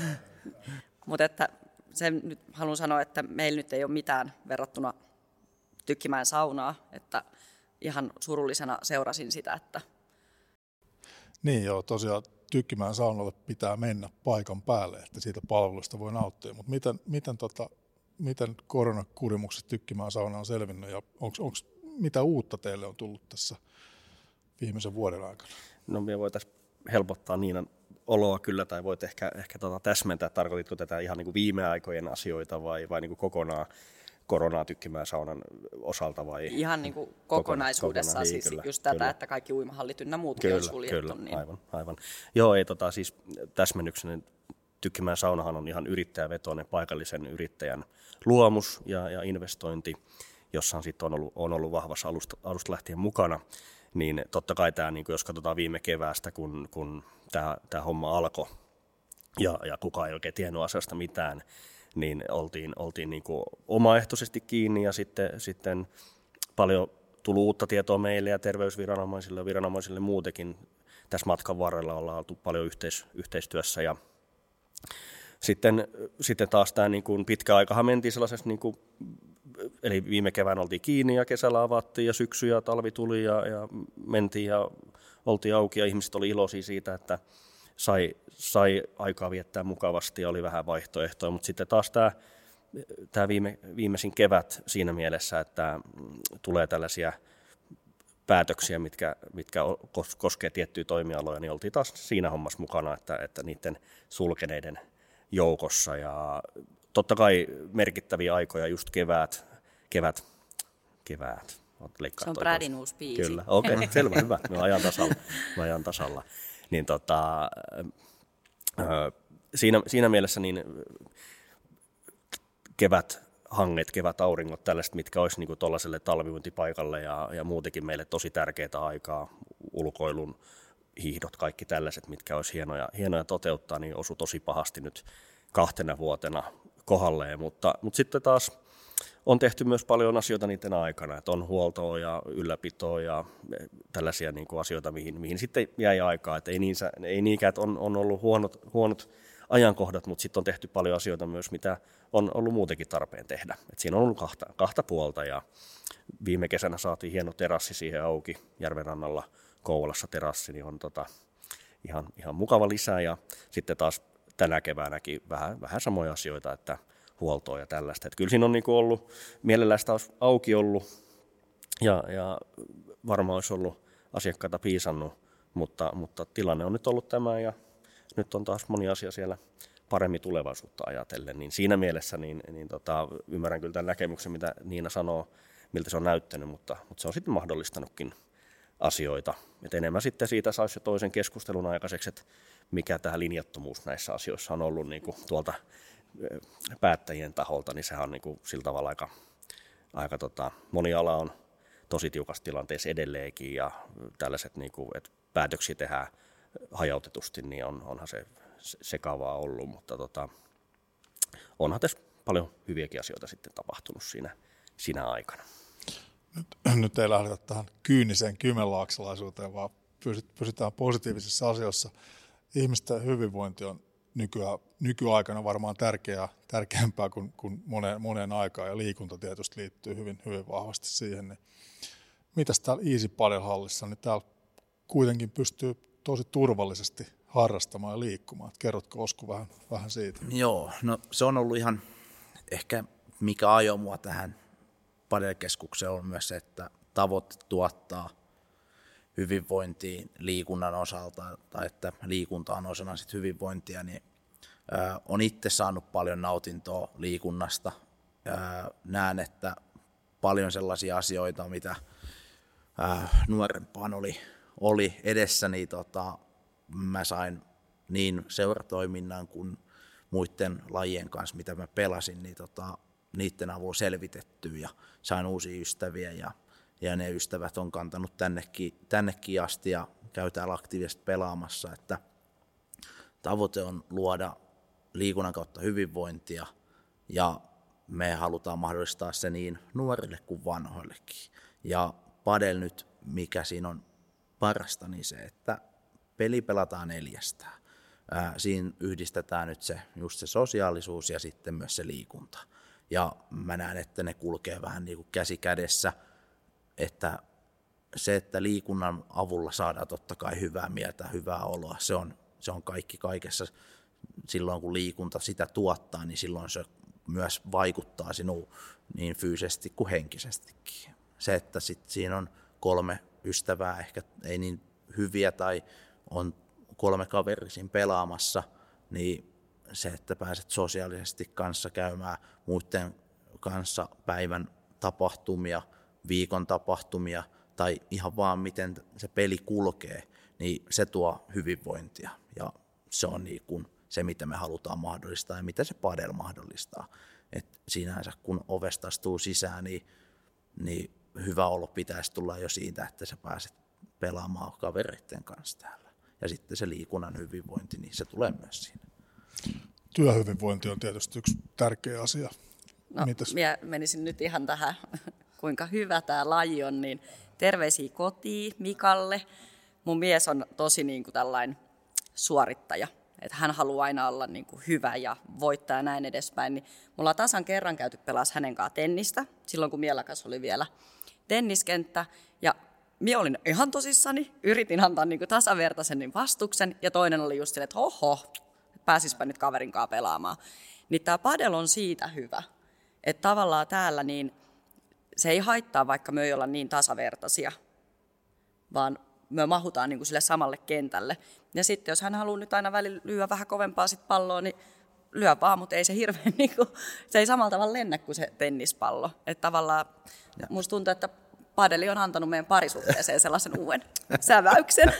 Mutta että sen nyt haluan sanoa, että meillä nyt ei ole mitään verrattuna Tykkimäen saunaa, että ihan surullisena seurasin sitä, että... Niin joo, tosiaan Tykkimäen saunalle pitää mennä paikan päälle, että siitä palvelusta voi nauttia. Mutta miten, miten, tota, miten koronakurimukset Tykkimäen sauna on selvinnyt ja onks, onks, mitä uutta teille on tullut tässä viimeisen vuoden aikana? No me voitaisiin helpottaa Niinan oloa kyllä, tai voit ehkä, ehkä tota täsmentää, tarkoititko tätä ihan niin kuin viime aikojen asioita vai, vai niin kuin kokonaan koronaa Tykkimäen saunan osalta vai? Ihan niin kuin kokonaisuudessaan kokona, siis kyllä, just tätä, kyllä. Että kaikki uimahallit ynnä muutkin kyllä, on suljettu. Kyllä, niin. aivan, aivan. Joo, ei tota siis täsmennyksen, Tykkimäen saunahan on ihan yrittäjävetoinen paikallisen yrittäjän luomus ja, ja investointi, jossa on, sit on, ollut, on ollut vahvassa alusta, alusta lähtien mukana. Niin totta kai tämä, niin jos katsotaan viime keväästä, kun, kun tämä, tämä homma alkoi ja, ja kukaan ei oikein tiennyt asiasta mitään, niin oltiin, oltiin niin kuin omaehtoisesti kiinni ja sitten, sitten paljon tuli uutta tietoa meille ja terveysviranomaisille ja viranomaisille muutenkin. Tässä matkan varrella ollaan oltu paljon yhteis, yhteistyössä ja sitten, sitten taas tämä niin kuin pitkä aikahan mentiin sellaisessa, niin kuin, eli viime kevään oltiin kiinni ja kesällä avattiin ja syksy ja talvi tuli ja, ja mentiin ja oltiin auki ja ihmiset oli iloisia siitä, että sai, sai aikaa viettää mukavasti ja oli vähän vaihtoehtoja, mutta sitten taas tämä, tämä viime, viimeisin kevät siinä mielessä, että tulee tällaisia päätöksiä, mitkä, mitkä koskee tiettyjä toimialoja, niin oltiin taas siinä hommassa mukana, että, että niiden sulkeneiden joukossa ja totta kai merkittäviä aikoja just kevät, kevät, kevät. Se on Bradin uusi biisi. Kyllä, okei, okay, selvä, hyvä, me ajan tasalla. Me ajan tasalla. Niin tota, siinä, siinä mielessä niin keväthanget, kevätauringot, tällaiset, mitkä olisi niin tuollaiselle talviuintipaikalle ja, ja muutenkin meille tosi tärkeää aikaa, ulkoilun hiihdot, kaikki tällaiset, mitkä olisi hienoja, hienoja toteuttaa, niin osu tosi pahasti nyt kahtena vuotena kohdalleen, mutta, mutta sitten taas on tehty myös paljon asioita niiden aikana, että on huoltoa ja ylläpitoa ja tällaisia niin kuin asioita, mihin, mihin sitten jäi aikaa, että ei, niinsä, ei niinkään, että on, on ollut huonot, huonot ajankohdat, mutta sitten on tehty paljon asioita myös, mitä on ollut muutenkin tarpeen tehdä. Et siinä on ollut kahta, kahta puolta ja viime kesänä saatiin hieno terassi siihen auki Järvenrannalla, Kouvolassa terassi, niin on tota, ihan, ihan mukava lisää ja sitten taas tänä keväänäkin vähän, vähän samoja asioita, että huoltoa ja tällaista. Että kyllä siinä on niinku ollut, mielellään sitä olisi auki ollut ja, ja varmaan olisi ollut asiakkaita piisannut, mutta, mutta tilanne on nyt ollut tämä ja nyt on taas moni asia siellä paremmin tulevaisuutta ajatellen. Niin siinä mielessä niin, niin tota, ymmärrän kyllä tämän näkemyksen, mitä Niina sanoo, miltä se on näyttänyt, mutta, mutta se on sitten mahdollistanutkin asioita. Et enemmän sitten siitä saisi jo toisen keskustelun aikaiseksi, että mikä tämä linjattomuus näissä asioissa on ollut niin kuin tuolta päättäjien taholta, niin sehän on niin kuin sillä tavalla aika, aika tota, moni ala on tosi tiukassa tilanteessa edelleenkin ja tällaiset, niin kuin, että päätöksiä tehdään hajautetusti, niin on, onhan se sekavaa ollut, mutta tota, onhan tässä paljon hyviäkin asioita sitten tapahtunut siinä, siinä aikana. Nyt, nyt ei lähdetä tähän kyyniseen kymenlaaksalaisuuteen, vaan pysytään positiivisissa asioissa. Ihmisten hyvinvointi on nykyään, nykyaikana varmaan tärkeää, tärkeämpää kuin, kuin moneen, moneen aikaan, ja liikunta tietysti liittyy hyvin, hyvin vahvasti siihen. Niin mitäs täällä Easy Padel-hallissa, niin täällä kuitenkin pystyy tosi turvallisesti harrastamaan ja liikkumaan. Kerrotko Osku vähän, vähän siitä? Joo, no se on ollut ihan ehkä mikä ajoi mua tähän padelkeskukseen on myös se, että tavoite tuottaa hyvinvointiin liikunnan osalta, tai että liikunta on osana sit hyvinvointia, niin ää, on itse saanut paljon nautintoa liikunnasta. Ää, näen, että paljon sellaisia asioita, mitä ää, nuorempaan oli, oli edessä, niin tota, mä sain niin seuratoiminnan kuin muiden lajien kanssa, mitä mä pelasin, niin tota, niiden avulla selvitettyä ja sain uusia ystäviä ja, ja ne ystävät on kantanut tännekin, tännekin asti ja käy täällä aktiivisesti pelaamassa, että tavoite on luoda liikunnan kautta hyvinvointia ja me halutaan mahdollistaa se niin nuorille kuin vanhoillekin. Ja padel nyt, mikä siinä on parasta, niin se, että peli pelataan neljästään. Ää, siinä yhdistetään nyt se, just se sosiaalisuus ja sitten myös se liikunta. Ja mä näen, että ne kulkee vähän niin kuin käsi kädessä, että se, että liikunnan avulla saadaan totta kai hyvää mieltä, hyvää oloa, se on, se on kaikki kaikessa. Silloin kun liikunta sitä tuottaa, niin silloin se myös vaikuttaa sinuun niin fyysisesti kuin henkisestikin. Se, että sit siinä on kolme ystävää, ehkä ei niin hyviä tai on kolme kaveria siinä pelaamassa, niin se, että pääset sosiaalisesti kanssa käymään muiden kanssa päivän tapahtumia, viikon tapahtumia tai ihan vaan miten se peli kulkee, niin se tuo hyvinvointia ja se on niin kuin se, mitä me halutaan mahdollistaa ja mitä se padel mahdollistaa. Et sinänsä kun ovesta astuu sisään, niin, niin hyvä olo pitäisi tulla jo siitä, että sä pääset pelaamaan kavereiden kanssa täällä. Ja sitten se liikunnan hyvinvointi, niin se tulee myös siinä. Työhyvinvointi on tietysti yksi tärkeä asia. No, minä menisin nyt ihan tähän, kuinka hyvä tämä laji on, niin terveisiä kotiin Mikalle. Mun mies on tosi niin kuin tällainen suorittaja, että hän haluaa aina olla niin kuin hyvä ja voittaa ja näin edespäin. Niin me ollaan tasan kerran käyty pelaamaan hänen kanssa tennistä, silloin kun Mielakas oli vielä tenniskenttä. Ja minä olin ihan tosissani, yritin antaa niin kuin tasavertaisen niin vastuksen ja toinen oli just silleen, että hoho, pääsispä nyt kaverin kanssa pelaamaan. Niin tämä padel on siitä hyvä, että tavallaan täällä niin se ei haittaa, vaikka me ei olla niin tasavertaisia, vaan me mahutaan niin kuin sille samalle kentälle. Ja sitten jos hän haluaa nyt aina välillä lyödä vähän kovempaa sit palloa, niin lyö vaan, mutta ei se hirveän, niin kuin, se ei samalla tavalla lennä kuin se tennispallo. Että tavallaan musta tuntuu, että padeli on antanut meidän parisuhteeseen sellaisen uuden säväyksen.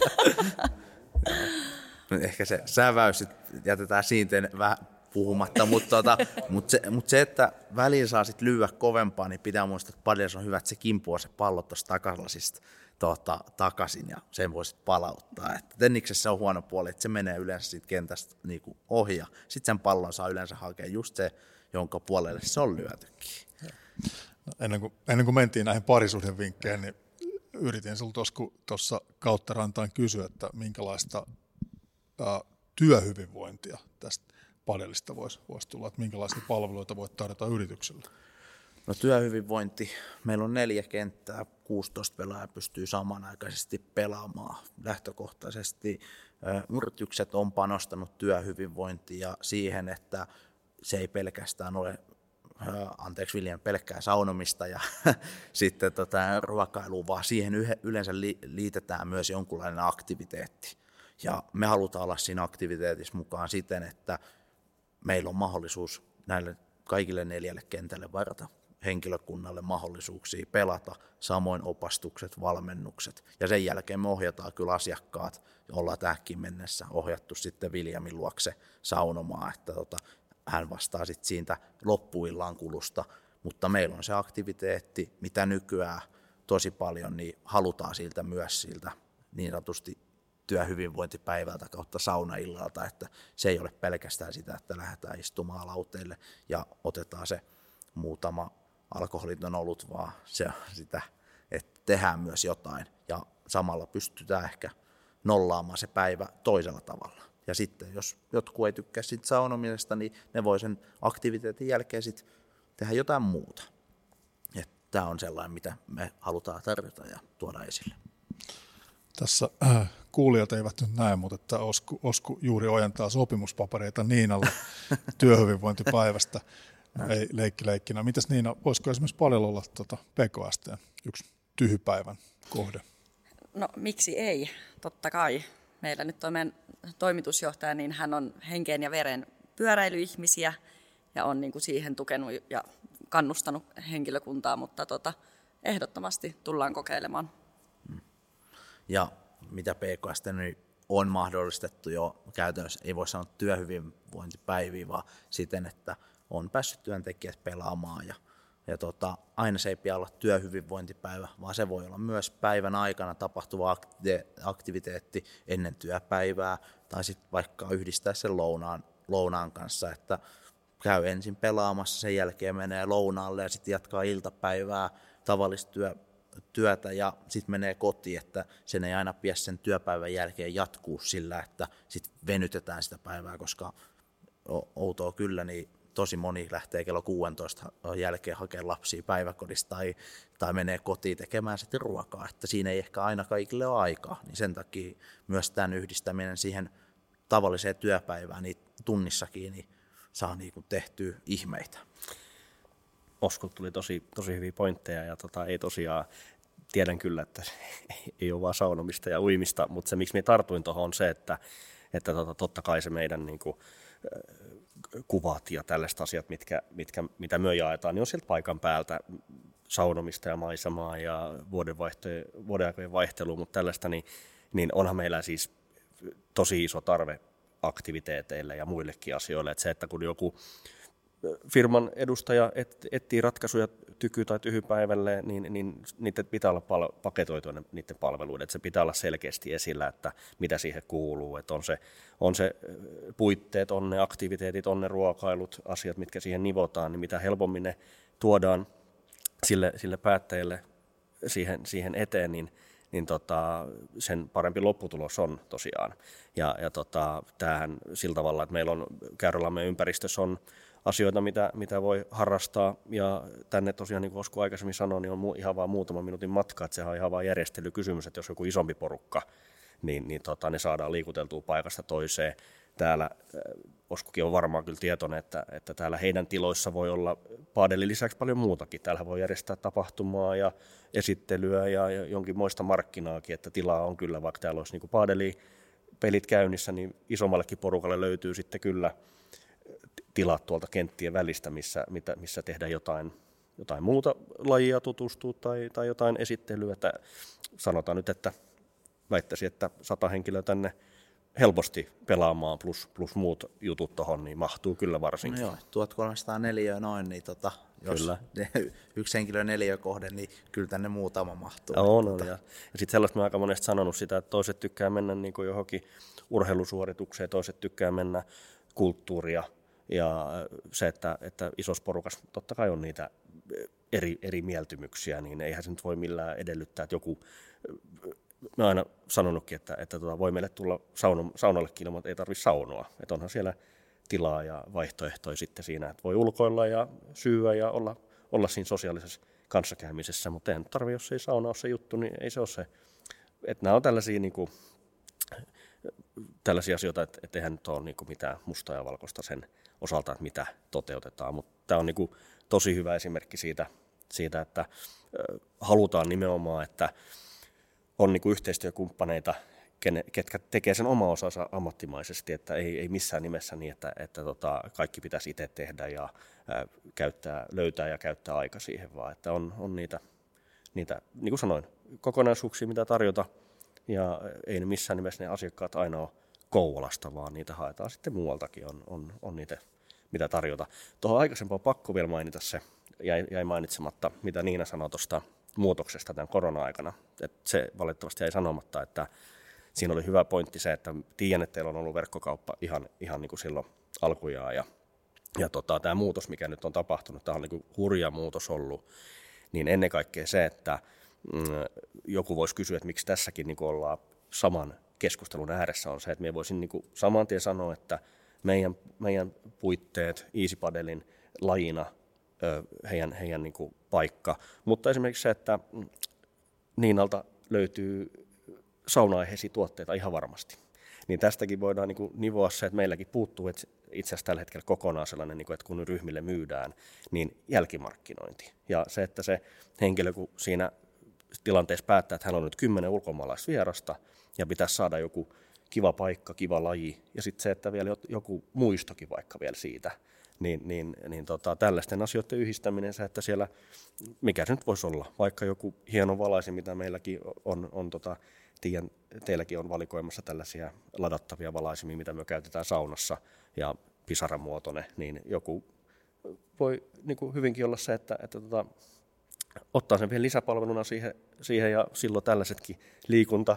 Ehkä se säväys jätetään siitä vähän puhumatta, mutta, tota, mutta, se, mutta se, että välillä saa sitten lyödä kovempaa, niin pitää muistaa, että padelissa on hyvä, että se kimpuaa se pallo tuosta takalasista tuota, takaisin ja sen voi sitten palauttaa. Että tenniksessä on huono puoli, että se menee yleensä siitä kentästä niin kuin ohi ja sitten sen pallon saa yleensä hakea just se, jonka puolelle se on lyötykin. No, ennen, kuin, ennen kuin mentiin näihin parisuhdevinkkeihin, niin yritin sinulta tuossa kautta rantaan kysyä, että minkälaista ää, työhyvinvointia tästä padelista voisi vois tulla, että minkälaisia palveluita voit tarjota yritykselle? No työhyvinvointi, meillä on neljä kenttää, kuusitoista pelaajaa pystyy samanaikaisesti pelaamaan. Lähtökohtaisesti yritykset on panostanut työhyvinvointiin ja siihen, että se ei pelkästään ole, anteeksi Viljan, pelkkää saunomista ja sitten tota, ruokailua, vaan siihen yleensä liitetään myös jonkunlainen aktiviteetti. Ja me halutaan olla siinä aktiviteetissa mukaan siten, että meillä on mahdollisuus näille kaikille neljälle kentälle varata henkilökunnalle mahdollisuuksia pelata, samoin opastukset, valmennukset. Ja sen jälkeen me ohjataan kyllä asiakkaat, ollaan tähänkin mennessä ohjattu sitten Viljamin luokse saunomaan, että tota, hän vastaa sitten siitä loppuillan kulusta. Mutta meillä on se aktiviteetti, mitä nykyään tosi paljon, niin halutaan siltä myös siltä niin sanotusti työhyvinvointipäivältä kautta saunaillalta, että se ei ole pelkästään sitä, että lähdetään istumaan lauteille ja otetaan se muutama alkoholiton olut, vaan se on sitä, että tehdään myös jotain ja samalla pystytään ehkä nollaamaan se päivä toisella tavalla. Ja sitten jos jotkut ei tykkää siitä saunomisesta, niin ne voi sen aktiviteetin jälkeen sitten tehdä jotain muuta. Tämä on sellainen, mitä me halutaan tarjota ja tuoda esille. Tässä äh, kuulijat eivät nyt näe, mutta että Osku, Osku juuri ojentaa sopimuspapereita Niinalle työhyvinvointipäivästä. No, ei leikkileikkinä. Mitäs Niina, voisiko esimerkiksi paljon olla tuota P K S T:n yksi tyhypäivän kohde? No miksi ei? Totta kai. Meillä nyt on meidän toimitusjohtaja, niin hän on henkeen ja veren pyöräilyihmisiä ja on niin kuin siihen tukenut ja kannustanut henkilökuntaa, mutta tota, ehdottomasti tullaan kokeilemaan. Ja mitä P K S T on mahdollistettu jo käytännössä, ei voi sanoa työhyvinvointipäiviä, vaan siten, että on päässyt työntekijät pelaamaan. Ja, ja tota, aina se ei pidä olla työhyvinvointipäivä, vaan se voi olla myös päivän aikana tapahtuva aktiviteetti ennen työpäivää, tai sitten vaikka yhdistää sen lounaan, lounaan kanssa, että käy ensin pelaamassa, sen jälkeen menee lounaalle ja sitten jatkaa iltapäivää, tavallista työ, työtä ja sitten menee kotiin, että sen ei aina pidä sen työpäivän jälkeen jatkuu sillä, että sitten venytetään sitä päivää, koska outoa kyllä, niin tosi moni lähtee kello kuusitoista jälkeen hakemaan lapsia päiväkodista tai, tai menee kotiin tekemään sitten ruokaa, että siinä ei ehkä aina kaikille ole aikaa, niin sen takia myös tämän yhdistäminen siihen tavalliseen työpäivään niin tunnissakin niin saa niinku tehtyä ihmeitä. Oskulta tuli tosi, tosi hyviä pointteja ja tota, ei tosiaan, tiedän kyllä, että ei ole vaan saunomista ja uimista, mutta se miksi minä tartuin tuohon on se, että, että tota, totta kai se meidän niinku, kuvat ja tällaiset asiat, mitkä, mitkä, mitä me jaetaan, niin on sieltä paikan päältä saunomista ja maisemaa ja vuodenaikojen vaihtelua, mutta tällaista, niin, niin onhan meillä siis tosi iso tarve aktiviteeteille ja muillekin asioille. Että se, että kun joku firman edustaja et, etsii ratkaisuja tyky- tai tyhypäivälle, niin, niin niiden pitää olla pal- paketoitua ne, niiden palveluiden. Että se pitää olla selkeästi esillä, että mitä siihen kuuluu. Että on se, on se puitteet, on ne aktiviteetit, on ne ruokailut, asiat, mitkä siihen nivotaan, niin mitä helpommin ne tuodaan sille, sille päättäjälle siihen, siihen eteen, niin niin tota, sen parempi lopputulos on tosiaan. Ja, ja tota, tämähän sillä tavalla, että meillä on Käyrölammen ympäristössä on asioita, mitä, mitä voi harrastaa, ja tänne tosiaan, niin kuin Osku aikaisemmin sanoi, niin on mu- ihan vaan muutaman minuutin matka, että sehän on ihan vaan järjestelykysymys, että jos joku isompi porukka, niin, niin tota, ne saadaan liikuteltua paikasta toiseen. Täällä Oskukin on varmaan kyllä tietoinen, että, että täällä heidän tiloissa voi olla paadelin lisäksi paljon muutakin. Täällä voi järjestää tapahtumaa ja esittelyä ja jonkinmoista markkinaakin, että tilaa on kyllä, vaikka täällä olisi niin paadeli pelit käynnissä, niin isommallekin porukalle löytyy sitten kyllä tilat tuolta kenttien välistä, missä, missä tehdään jotain, jotain muuta lajia tutustua tai, tai jotain esittelyä. Että sanotaan nyt, että väittäisin, että sata henkilöä tänne helposti pelaamaan plus, plus muut jutut tuohon, niin mahtuu kyllä varsinkin. No joo, tuhatkolmesataa neliöä noin, niin tota, jos kyllä. yksi henkilö neliö kohde, niin kyllä tänne muutama mahtuu. Ja on, on. Ja, ja sitten sellaista mä aika monesti sanonut sitä, että toiset tykkää mennä niin kuin johonkin urheilusuoritukseen, toiset tykkää mennä kulttuuria, ja se, että, että isossa porukassa totta kai on niitä eri, eri mieltymyksiä, niin eihän se nyt voi millään edellyttää, että joku. Mä oon aina sanonutkin, että, että tota, voi meille tulla sauno, saunallekin ilman, että ei tarvitse saunoa. Että onhan siellä tilaa ja vaihtoehtoja sitten siinä, että voi ulkoilla ja syyä ja olla, olla siinä sosiaalisessa kanssakäymisessä, mutta ei tarvitse, jos ei sauna ole se juttu, niin ei se ole se. Että nämä on tällaisia, niin kuin, tällaisia asioita, että, että eihän nyt ole niin kuin mitään mustaa ja valkoista sen osalta, että mitä toteutetaan. Mutta tämä on niin kuin tosi hyvä esimerkki siitä, siitä että halutaan nimenomaan, että on niin kuin yhteistyökumppaneita, ketkä tekee sen oma osansa ammattimaisesti, että ei, ei missään nimessä niin, että, että tota, kaikki pitäisi itse tehdä ja ää, käyttää, löytää ja käyttää aika siihen, vaan että on, on niitä, niitä, niin kuin sanoin, kokonaisuuksia, mitä tarjota, ja ei missään nimessä ne asiakkaat aina ole Kouvolasta, vaan niitä haetaan sitten muualtakin, on, on, on niitä, mitä tarjota. Tuohon aikaisempaan pakko vielä mainita se, jäi, jäi mainitsematta, mitä Niina sanoi tuosta muutoksesta tämän korona-aikana. Et se valitettavasti jäi sanomatta, että siinä oli hyvä pointti se, että tiedän, että teillä on ollut verkkokauppa ihan, ihan niin kuin silloin alkujaan. Ja, ja tota, tämä muutos, mikä nyt on tapahtunut, tämä on niin kuin hurja muutos ollut, niin ennen kaikkea se, että mm, joku voisi kysyä, että miksi tässäkin niin kuin ollaan saman keskustelun ääressä on se, että minä voisin niin kuin saman tien sanoa, että meidän, meidän puitteet EasyPadelin lajina, heidän, heidän niin kuin paikka, mutta esimerkiksi se, että Niinalta löytyy sauna-aiheisia tuotteita ihan varmasti. Niin tästäkin voidaan niin kuin nivoa se, että meilläkin puuttuu että itse asiassa tällä hetkellä kokonaan sellainen, niin kuin, että kun ryhmille myydään, niin jälkimarkkinointi. Ja se, että se henkilö, kun siinä tilanteessa päättää, että hän on nyt kymmenen ulkomaalaisvierasta ja pitäisi saada joku kiva paikka, kiva laji, ja sitten se, että vielä joku muistokin vaikka vielä siitä, niin, niin, niin tota, tällaisten asioiden yhdistäminen, se, että siellä, mikä se nyt voisi olla, vaikka joku hieno valaisin, mitä meilläkin on, on tota, tiedän, teilläkin on valikoimassa tällaisia ladattavia valaisimia, mitä me käytetään saunassa, ja pisaramuotoinen, niin joku voi niin kuin hyvinkin olla se, että, että tota, ottaa sen vielä lisäpalveluna siihen, siihen ja silloin tällaisetkin liikunta,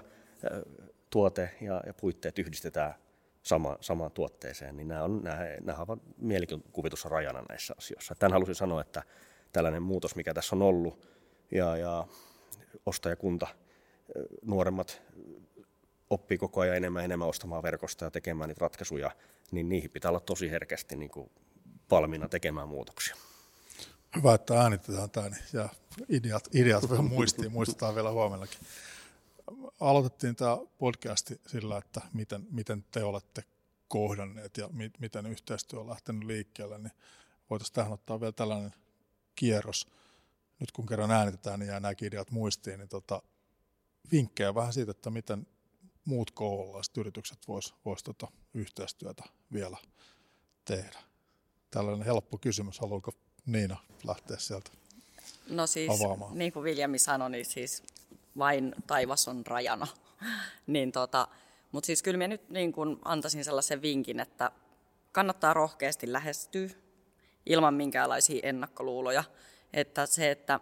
tuote ja, ja puitteet yhdistetään sama, samaan tuotteeseen, niin nämä, on, nämä, nämä ovat mielikuvitus rajana näissä asioissa. Tämän halusin sanoa, että tällainen muutos, mikä tässä on ollut, ja, ja ostajakunta, nuoremmat oppii koko ajan enemmän enemmän ostamaan verkosta ja tekemään niitä ratkaisuja, niin niihin pitää olla tosi herkästi niin kuin valmiina tekemään muutoksia. Hyvä, että äänitetään tämä niin, ja ideat, ideat vähän muistiin, muistetaan vielä huomennakin. Aloitettiin tämä podcasti sillä, että miten, miten te olette kohdanneet ja mi, miten yhteistyö on lähtenyt liikkeelle, niin voitaisiin tähän ottaa vielä tällainen kierros. Nyt kun kerran äänitetään, niin jää nämäkin ideat muistiin, niin tota, vinkkejä vähän siitä, että miten muut kouvolaiset yritykset voisivat vois tota yhteistyötä vielä tehdä. Tällainen helppo kysymys, haluatko Niina lähteä sieltä no siis, avaamaan? Niin kuin Viljami sanoi, niin siis vain taivas on rajana. niin tota, mutta siis kyllä minä nyt niin kun antaisin sellaisen vinkin, että kannattaa rohkeasti lähestyä ilman minkäänlaisia ennakkoluuloja. Että se, että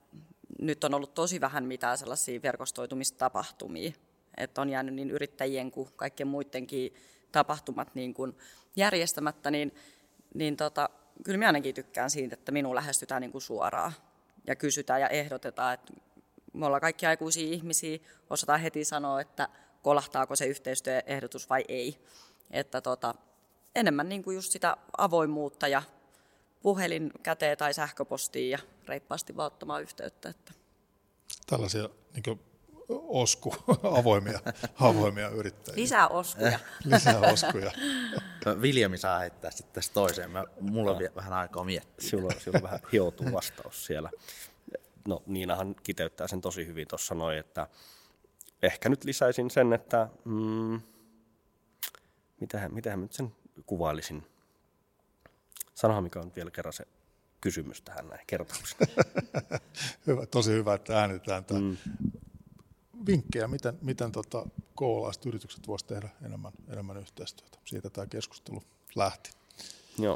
nyt on ollut tosi vähän mitään sellaisia verkostoitumistapahtumia, että on jäänyt niin yrittäjien kuin kaikkien muidenkin tapahtumat niin kuin järjestämättä, niin, niin tota, kyllä minä ainakin tykkään siitä, että minua lähestytään niin kuin suoraan ja kysytään ja ehdotetaan, että me ollaan kaikki aikuisia ihmisiä, osataan heti sanoa, että kolahtaako se yhteistyöehdotus vai ei. Että tota, enemmän niin kuin just sitä avoimuutta ja puhelin käteen tai sähköpostiin ja reippaasti vaan ottamaan yhteyttä. Että. Tällaisia niin kuin osku, avoimia, avoimia yrittäjiä. Lisää oskuja. Lisää oskuja. Viljami saa heittää sitten tässä toiseen. Mä, mulla on vielä vähän aikaa miettiä. Silloin, silloin vähän hioutuu vastaus siellä. No Niinahan kiteyttää sen tosi hyvin tuossa noin, että ehkä nyt lisäisin sen, että mm, mitähän, mitähän mä nyt sen kuvailisin. Sanohan mikä on vielä kerran se kysymys tähän näin kertauksena. Hyvä, tosi hyvä, että äänitetään tämä. Mm. Vinkkejä, miten, miten tota, kouvolaiset yritykset voisivat tehdä enemmän, enemmän yhteistyötä. Siitä tämä keskustelu lähti. Joo.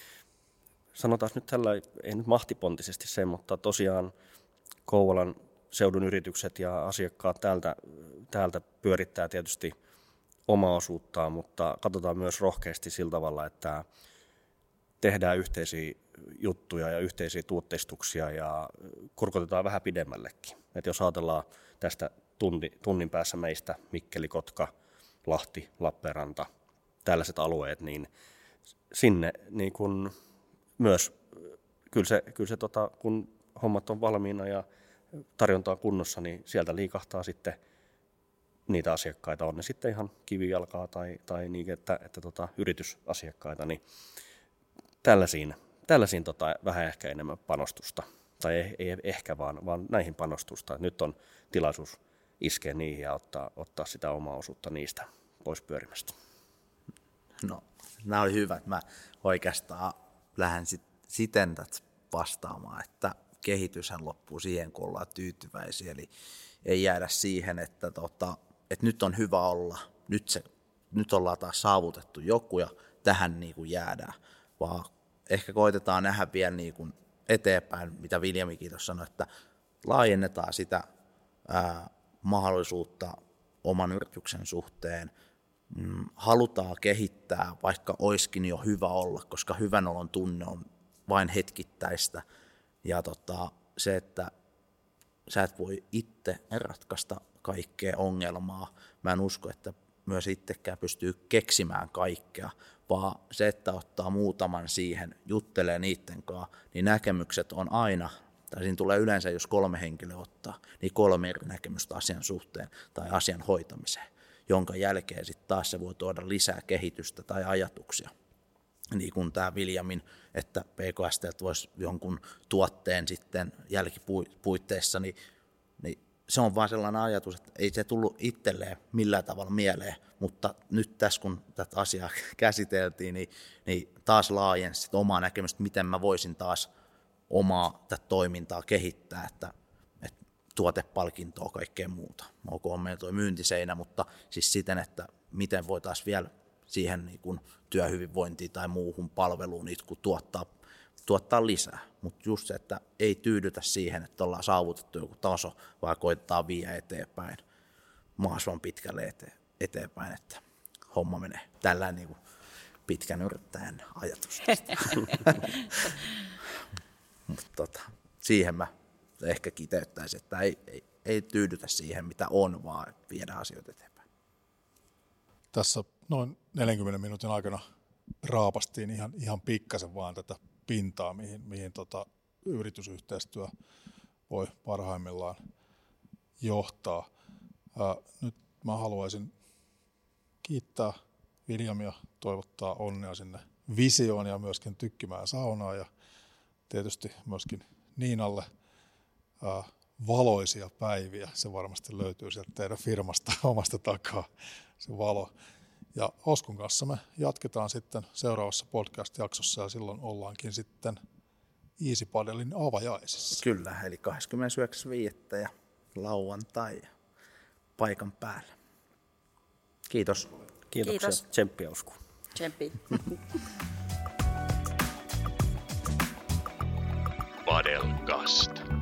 Sanotaan nyt tällä, ei nyt mahtipontisesti se, mutta tosiaan Kouvolan seudun yritykset ja asiakkaat täältä, täältä pyörittää tietysti omaa osuuttaan, mutta katsotaan myös rohkeasti sillä tavalla, että tehdään yhteisiä juttuja ja yhteisiä tuotteistuksia ja kurkotetaan vähän pidemmällekin. Et jos ajatellaan tästä tunti, tunnin päässä meistä Mikkeli, Kotka, Lahti, Lappeenranta, tällaiset alueet, niin sinne niin kun myös, kyllä se, kyllä se tota, kun hommat on valmiina ja tarjonta on kunnossa, niin sieltä liikahtaa sitten niitä asiakkaita, on ne sitten ihan kivijalkaa tai, tai niin, että, että tota, yritysasiakkaita, niin tällaisiin, tällaisiin tota, vähän ehkä enemmän panostusta, tai ei, ei ehkä vaan, vaan näihin panostusta. Nyt on tilaisuus iskeä niihin ja ottaa, ottaa sitä omaa osuutta niistä pois pyörimästä. No, nämä oli hyvät. Mä oikeastaan lähden sit, siten vastaamaan, että kehityshän loppuu siihen, kun ollaan tyytyväisiä. Eli ei jäädä siihen, että, tota, että nyt on hyvä olla, nyt, se, nyt ollaan taas saavutettu joku ja tähän niin kuin jäädään. Vaan ehkä koitetaan nähdä vielä niin kuin eteenpäin, mitä Viljamikin tuossa sanoi, että laajennetaan sitä ää, mahdollisuutta oman yrityksen suhteen. Mm, halutaan kehittää, vaikka olisikin jo hyvä olla, koska hyvän olon tunne on vain hetkittäistä. Ja tota, se, että sä et voi itse ratkaista kaikkea ongelmaa. Mä en usko, että myös itsekään pystyy keksimään kaikkea, vaan se, että ottaa muutaman siihen, juttelee niiden kanssa, niin näkemykset on aina, tai siinä tulee yleensä, jos kolme henkilöä ottaa, niin kolme eri näkemystä asian suhteen tai asian hoitamiseen, jonka jälkeen sitten taas se voi tuoda lisää kehitystä tai ajatuksia. Niin kuin tämä Viljamin, että P K S T:ltä voisi jonkun tuotteen sitten jälkipuitteissa, niin, niin se on vaan sellainen ajatus, että ei se tullut itselleen millään tavalla mieleen, mutta nyt tässä kun tätä asiaa käsiteltiin, niin, niin taas laajensi omaa näkemystä, miten mä voisin taas omaa tätä toimintaa kehittää, että, että tuotepalkintoa kaikkea muuta. Ok, on meillä tuo myyntiseinä, mutta siis siten, että miten voitaisiin vielä siihen niin kuin työhyvinvointiin tai muuhun palveluun niitä kun tuottaa, tuottaa lisää. Mutta just se, että ei tyydytä siihen, että ollaan saavutettu joku taso, vaan koitetaan viedä eteenpäin mahdollisimman pitkälle eteen, eteenpäin, että homma menee tällä niin kuin pitkän yrittäjän ajatus. Mutta tota, siihen mä ehkä kiteyttäisin, että ei, ei, ei tyydytä siihen, mitä on, vaan viedä asioita eteenpäin. Tässä noin neljänkymmenen minuutin aikana raapastiin ihan, ihan pikkasen vaan tätä pintaa, mihin, mihin tota yritysyhteistyö voi parhaimmillaan johtaa. Ää, nyt mä haluaisin kiittää Viljamia, toivottaa onnea sinne Visioon ja myöskin Tykkimään saunaan ja tietysti myöskin Niinalle ää, valoisia päiviä. Se varmasti löytyy sieltä teidän firmasta omasta takaa, se valo. Ja Oskun kanssa me jatketaan sitten seuraavassa podcast-jaksossa ja silloin ollaankin sitten Easy Padelin avajaisissa. Kyllä, eli kahdeskymmenesyhdeksäs viidettä ja lauantai ja paikan päällä. Kiitos. Kiitoksia. Kiitos. Tsemppiä Osku. Tsemppi. Padelcast.